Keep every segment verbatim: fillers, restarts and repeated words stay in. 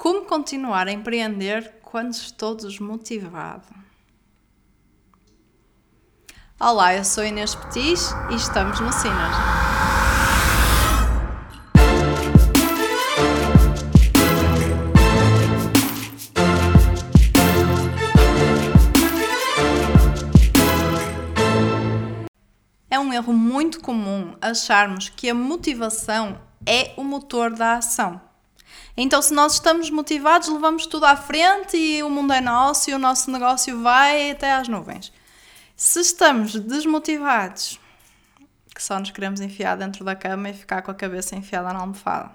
Como continuar a empreender quando estou desmotivado? Olá, eu sou Inês Petis e estamos no Synergy. É um erro muito comum acharmos que a motivação é o motor da ação. Então, se nós estamos motivados, levamos tudo à frente e o mundo é nosso e o nosso negócio vai até às nuvens. Se estamos desmotivados, que só nos queremos enfiar dentro da cama e ficar com a cabeça enfiada na almofada,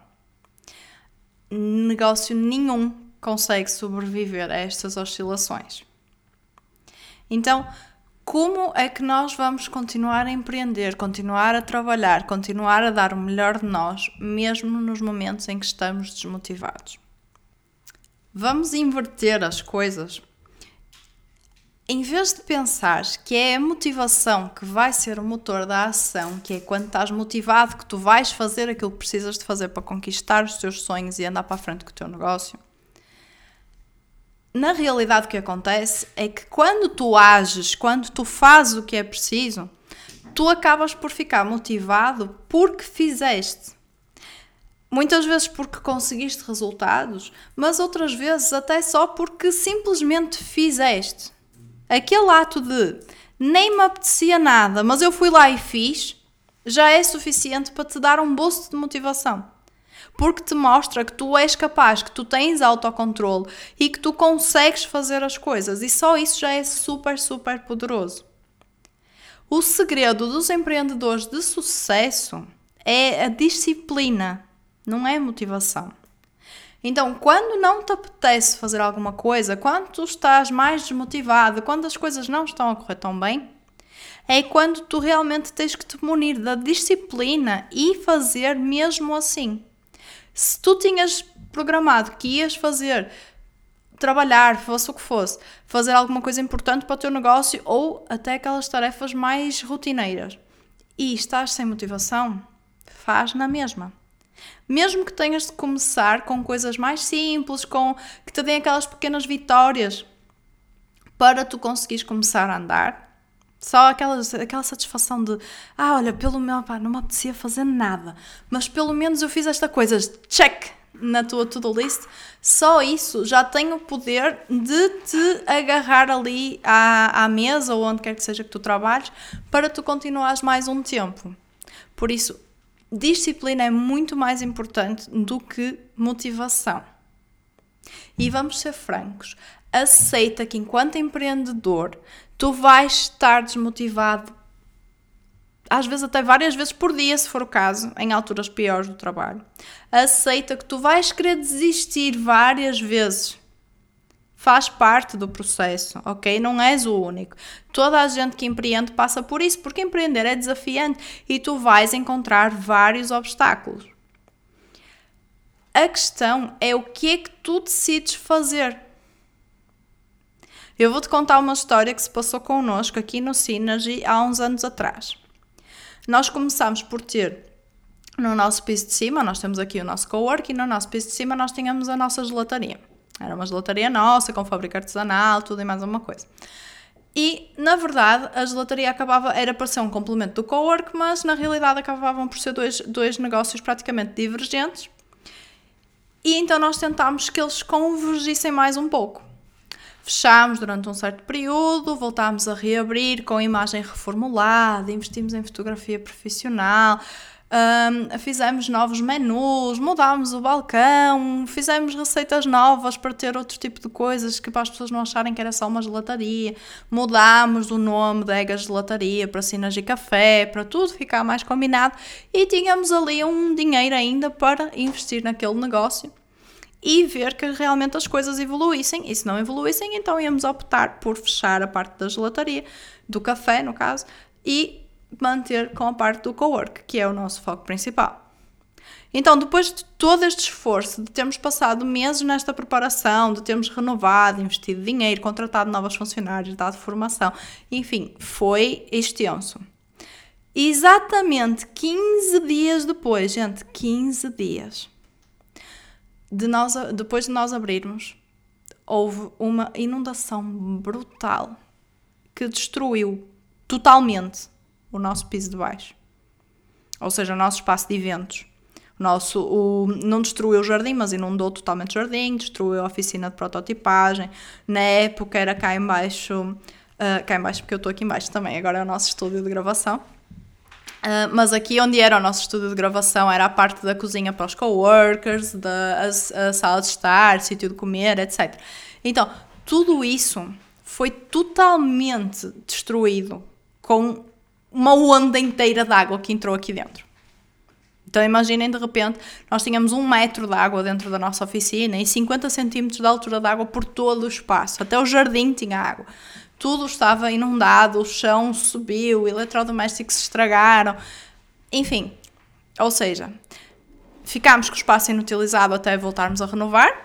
negócio nenhum consegue sobreviver a estas oscilações. Então, como é que nós vamos continuar a empreender, continuar a trabalhar, continuar a dar o melhor de nós, mesmo nos momentos em que estamos desmotivados? Vamos inverter as coisas. Em vez de pensar que é a motivação que vai ser o motor da ação, que é quando estás motivado que tu vais fazer aquilo que precisas de fazer para conquistar os teus sonhos e andar para a frente com o teu negócio, na realidade o que acontece é que quando tu ages, quando tu fazes o que é preciso, tu acabas por ficar motivado porque fizeste. Muitas vezes porque conseguiste resultados, mas outras vezes até só porque simplesmente fizeste. Aquele ato de nem me apetecia nada, mas eu fui lá e fiz, já é suficiente para te dar um boost de motivação. Porque te mostra que tu és capaz, que tu tens autocontrole e que tu consegues fazer as coisas. E só isso já é super, super poderoso. O segredo dos empreendedores de sucesso é a disciplina, não é a motivação. Então, quando não te apetece fazer alguma coisa, quando tu estás mais desmotivado, quando as coisas não estão a correr tão bem, é quando tu realmente tens que te munir da disciplina e fazer mesmo assim. Se tu tinhas programado que ias fazer, trabalhar, fosse o que fosse, fazer alguma coisa importante para o teu negócio ou até aquelas tarefas mais rotineiras e estás sem motivação, faz na mesma. Mesmo que tenhas de começar com coisas mais simples, com, que te deem aquelas pequenas vitórias para tu conseguires começar a andar, só aquela, aquela satisfação de ah, olha, pelo meu, pá, não me apetecia fazer nada, mas pelo menos eu fiz esta coisa, check na tua to-do list, só isso já tem o poder de te agarrar ali à, à mesa ou onde quer que seja que tu trabalhes para tu continuares mais um tempo. Por isso, disciplina é muito mais importante do que motivação. E vamos ser francos, aceita que enquanto empreendedor tu vais estar desmotivado, às vezes até várias vezes por dia, se for o caso, em alturas piores do trabalho. Aceita que tu vais querer desistir várias vezes. Faz parte do processo, ok? Não és o único. Toda a gente que empreende passa por isso, porque empreender é desafiante e tu vais encontrar vários obstáculos. A questão é o que é que tu decides fazer. Eu vou-te contar uma história que se passou connosco aqui no Synergy há uns anos atrás. Nós começámos por ter no nosso piso de cima, nós temos aqui o nosso cowork e no nosso piso de cima nós tínhamos a nossa gelataria. Era uma gelataria nossa, com fábrica artesanal, tudo e mais alguma coisa. E, na verdade, a gelataria acabava, era para ser um complemento do cowork, mas na realidade acabavam por ser dois, dois negócios praticamente divergentes. E então nós tentámos que eles convergissem mais um pouco. Fechámos durante um certo período, voltámos a reabrir com a imagem reformulada, investimos em fotografia profissional, um, fizemos novos menus, mudámos o balcão, fizemos receitas novas para ter outro tipo de coisas que para as pessoas não acharem que era só uma gelataria, mudámos o nome da Ega Gelataria para Synergy Café, para tudo ficar mais combinado e tínhamos ali um dinheiro ainda para investir naquele negócio e ver que realmente as coisas evoluíssem, e se não evoluíssem, então íamos optar por fechar a parte da gelataria, do café no caso, e manter com a parte do cowork, que é o nosso foco principal. Então, depois de todo este esforço, de termos passado meses nesta preparação, de termos renovado, investido dinheiro, contratado novos funcionários, dado formação, enfim, foi extenso. Exatamente quinze dias depois, gente, quinze dias, de nós, depois de nós abrirmos, houve uma inundação brutal que destruiu totalmente o nosso piso de baixo. Ou seja, o nosso espaço de eventos. O nosso, o, não destruiu o jardim, mas inundou totalmente o jardim, destruiu a oficina de prototipagem. Na época era cá em baixo, uh, cá em baixo porque eu estou aqui em baixo também, agora é o nosso estúdio de gravação. Uh, mas aqui onde era o nosso estúdio de gravação era a parte da cozinha para os coworkers, da, a, a sala de estar, sítio de comer, etcétera. Então, tudo isso foi totalmente destruído com uma onda inteira de água que entrou aqui dentro. Então imaginem, de repente, nós tínhamos um metro de água dentro da nossa oficina e cinquenta centímetros de altura de água por todo o espaço. Até o jardim tinha água. Tudo estava inundado, o chão subiu, eletrodomésticos se estragaram. Enfim, ou seja, ficámos com o espaço inutilizado até voltarmos a renovar.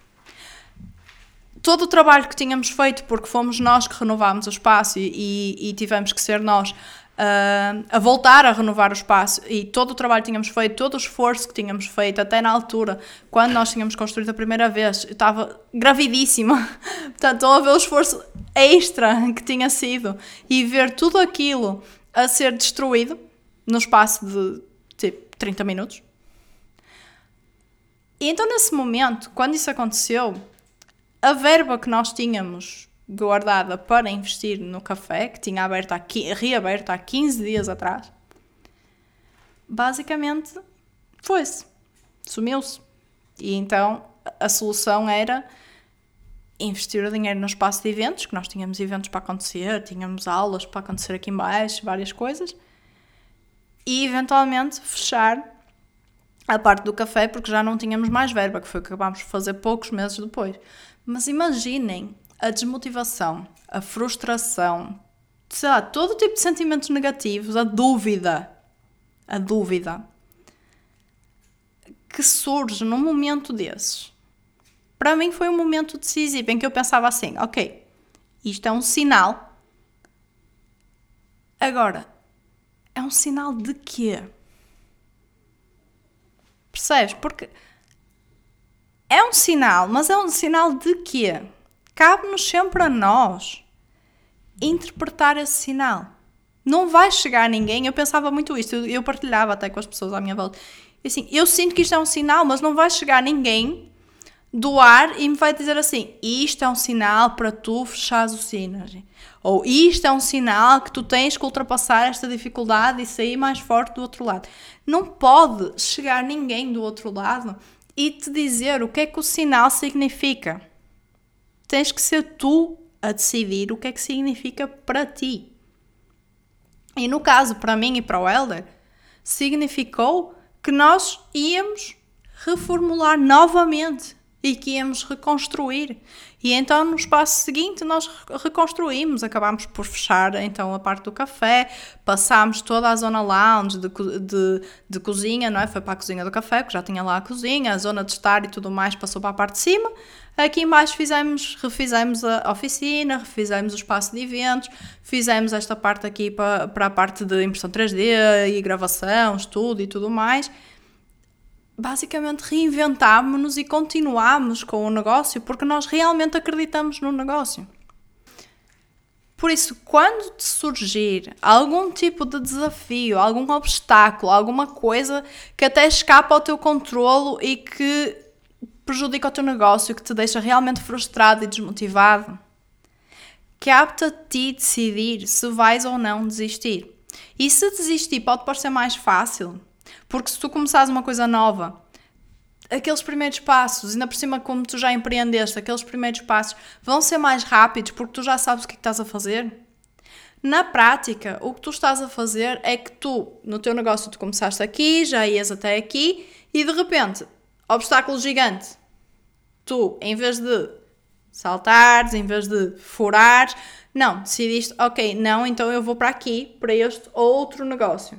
Todo o trabalho que tínhamos feito, porque fomos nós que renovámos o espaço e, e, e tivemos que ser nós Uh, a voltar a renovar o espaço, e todo o trabalho que tínhamos feito, todo o esforço que tínhamos feito, até na altura, quando nós tínhamos construído a primeira vez, eu estava gravidíssima, portanto, estou a ver o esforço extra que tinha sido, e ver tudo aquilo a ser destruído, no espaço de, tipo, trinta minutos. E então, nesse momento, quando isso aconteceu, a verba que nós tínhamos guardada para investir no café, que tinha aberto há, reaberto há quinze dias atrás, basicamente foi-se, sumiu-se. E então a solução era investir o dinheiro no espaço de eventos, que nós tínhamos eventos para acontecer, tínhamos aulas para acontecer aqui em baixo, várias coisas, e eventualmente fechar a parte do café, porque já não tínhamos mais verba, que foi o que acabámos de fazer poucos meses depois. Mas imaginem a desmotivação, a frustração, sei lá, todo tipo de sentimentos negativos, a dúvida, a dúvida que surge num momento desses. Para mim foi um momento decisivo em que eu pensava assim, ok, isto é um sinal. Agora, é um sinal de quê? Percebes? Porque é um sinal, mas é um sinal de quê? Cabe-nos sempre a nós interpretar esse sinal. Não vai chegar a ninguém. Eu pensava muito isto, eu, eu partilhava até com as pessoas à minha volta. E assim, eu sinto que isto é um sinal, mas não vai chegar ninguém do ar e me vai dizer assim, isto é um sinal para tu fechares o Synergy. Ou isto é um sinal que tu tens que ultrapassar esta dificuldade e sair mais forte do outro lado. Não pode chegar ninguém do outro lado e te dizer o que é que o sinal significa. Tens que ser tu a decidir o que é que significa para ti. E no caso, para mim e para o Helder, significou que nós íamos reformular novamente e que íamos reconstruir. E então, no espaço seguinte, nós reconstruímos, acabámos por fechar então a parte do café, passámos toda a zona lounge de, de, de cozinha, não é? Foi para a cozinha do café, porque já tinha lá a cozinha, a zona de estar e tudo mais passou para a parte de cima. Aqui em baixo fizemos, refizemos a oficina, refizemos o espaço de eventos, fizemos esta parte aqui para, para a parte de impressão três D e gravação, estudo e tudo mais. Basicamente reinventámos-nos e continuámos com o negócio porque nós realmente acreditamos no negócio. Por isso, quando te surgir algum tipo de desafio, algum obstáculo, alguma coisa que até escapa ao teu controlo e que prejudica o teu negócio, que te deixa realmente frustrado e desmotivado, cabe-te a ti decidir se vais ou não desistir. E se desistir pode parecer mais fácil, porque se tu começares uma coisa nova, aqueles primeiros passos, ainda por cima como tu já empreendeste, aqueles primeiros passos vão ser mais rápidos porque tu já sabes o que é que estás a fazer. Na prática, o que tu estás a fazer é que tu, no teu negócio, tu começaste aqui, já ias até aqui e de repente, obstáculo gigante. Tu, em vez de saltares, em vez de furares, não, decidiste, ok, não, então eu vou para aqui, para este outro negócio.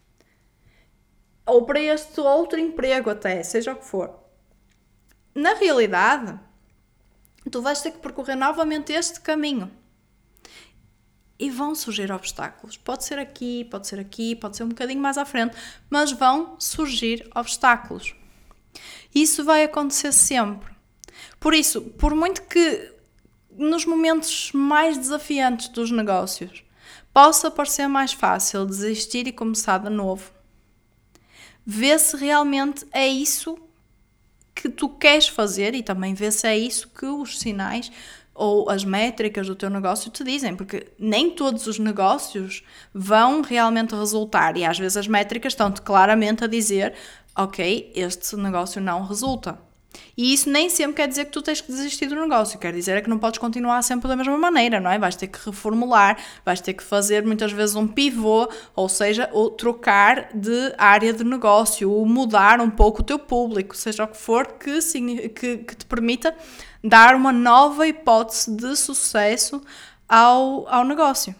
Ou para este outro emprego até, seja o que for. Na realidade, tu vais ter que percorrer novamente este caminho. E vão surgir obstáculos. Pode ser aqui, pode ser aqui, pode ser um bocadinho mais à frente, mas vão surgir obstáculos. Isso vai acontecer sempre. Por isso, por muito que nos momentos mais desafiantes dos negócios possa parecer mais fácil desistir e começar de novo, vê se realmente é isso que tu queres fazer e também vê se é isso que os sinais ou as métricas do teu negócio te dizem, porque nem todos os negócios vão realmente resultar e às vezes as métricas estão-te claramente a dizer: ok, este negócio não resulta. E isso nem sempre quer dizer que tu tens que desistir do negócio, quer dizer é que não podes continuar sempre da mesma maneira, não é? Vais ter que reformular, vais ter que fazer muitas vezes um pivô, ou seja, ou trocar de área de negócio, ou mudar um pouco o teu público, seja o que for que, que, que te permita dar uma nova hipótese de sucesso ao, ao negócio.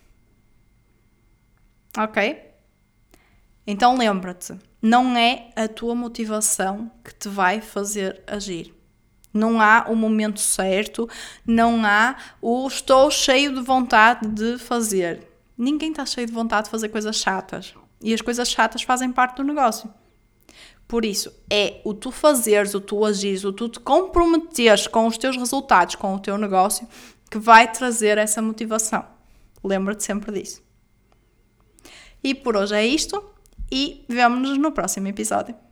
Ok? Então lembra-te, não é a tua motivação que te vai fazer agir. Não há o momento certo, não há o estou cheio de vontade de fazer. Ninguém está cheio de vontade de fazer coisas chatas. E as coisas chatas fazem parte do negócio. Por isso, é o tu fazeres, o tu agires, o tu te comprometeres com os teus resultados, com o teu negócio, que vai trazer essa motivação. Lembra-te sempre disso. E por hoje é isto. E vemo-nos no próximo episódio.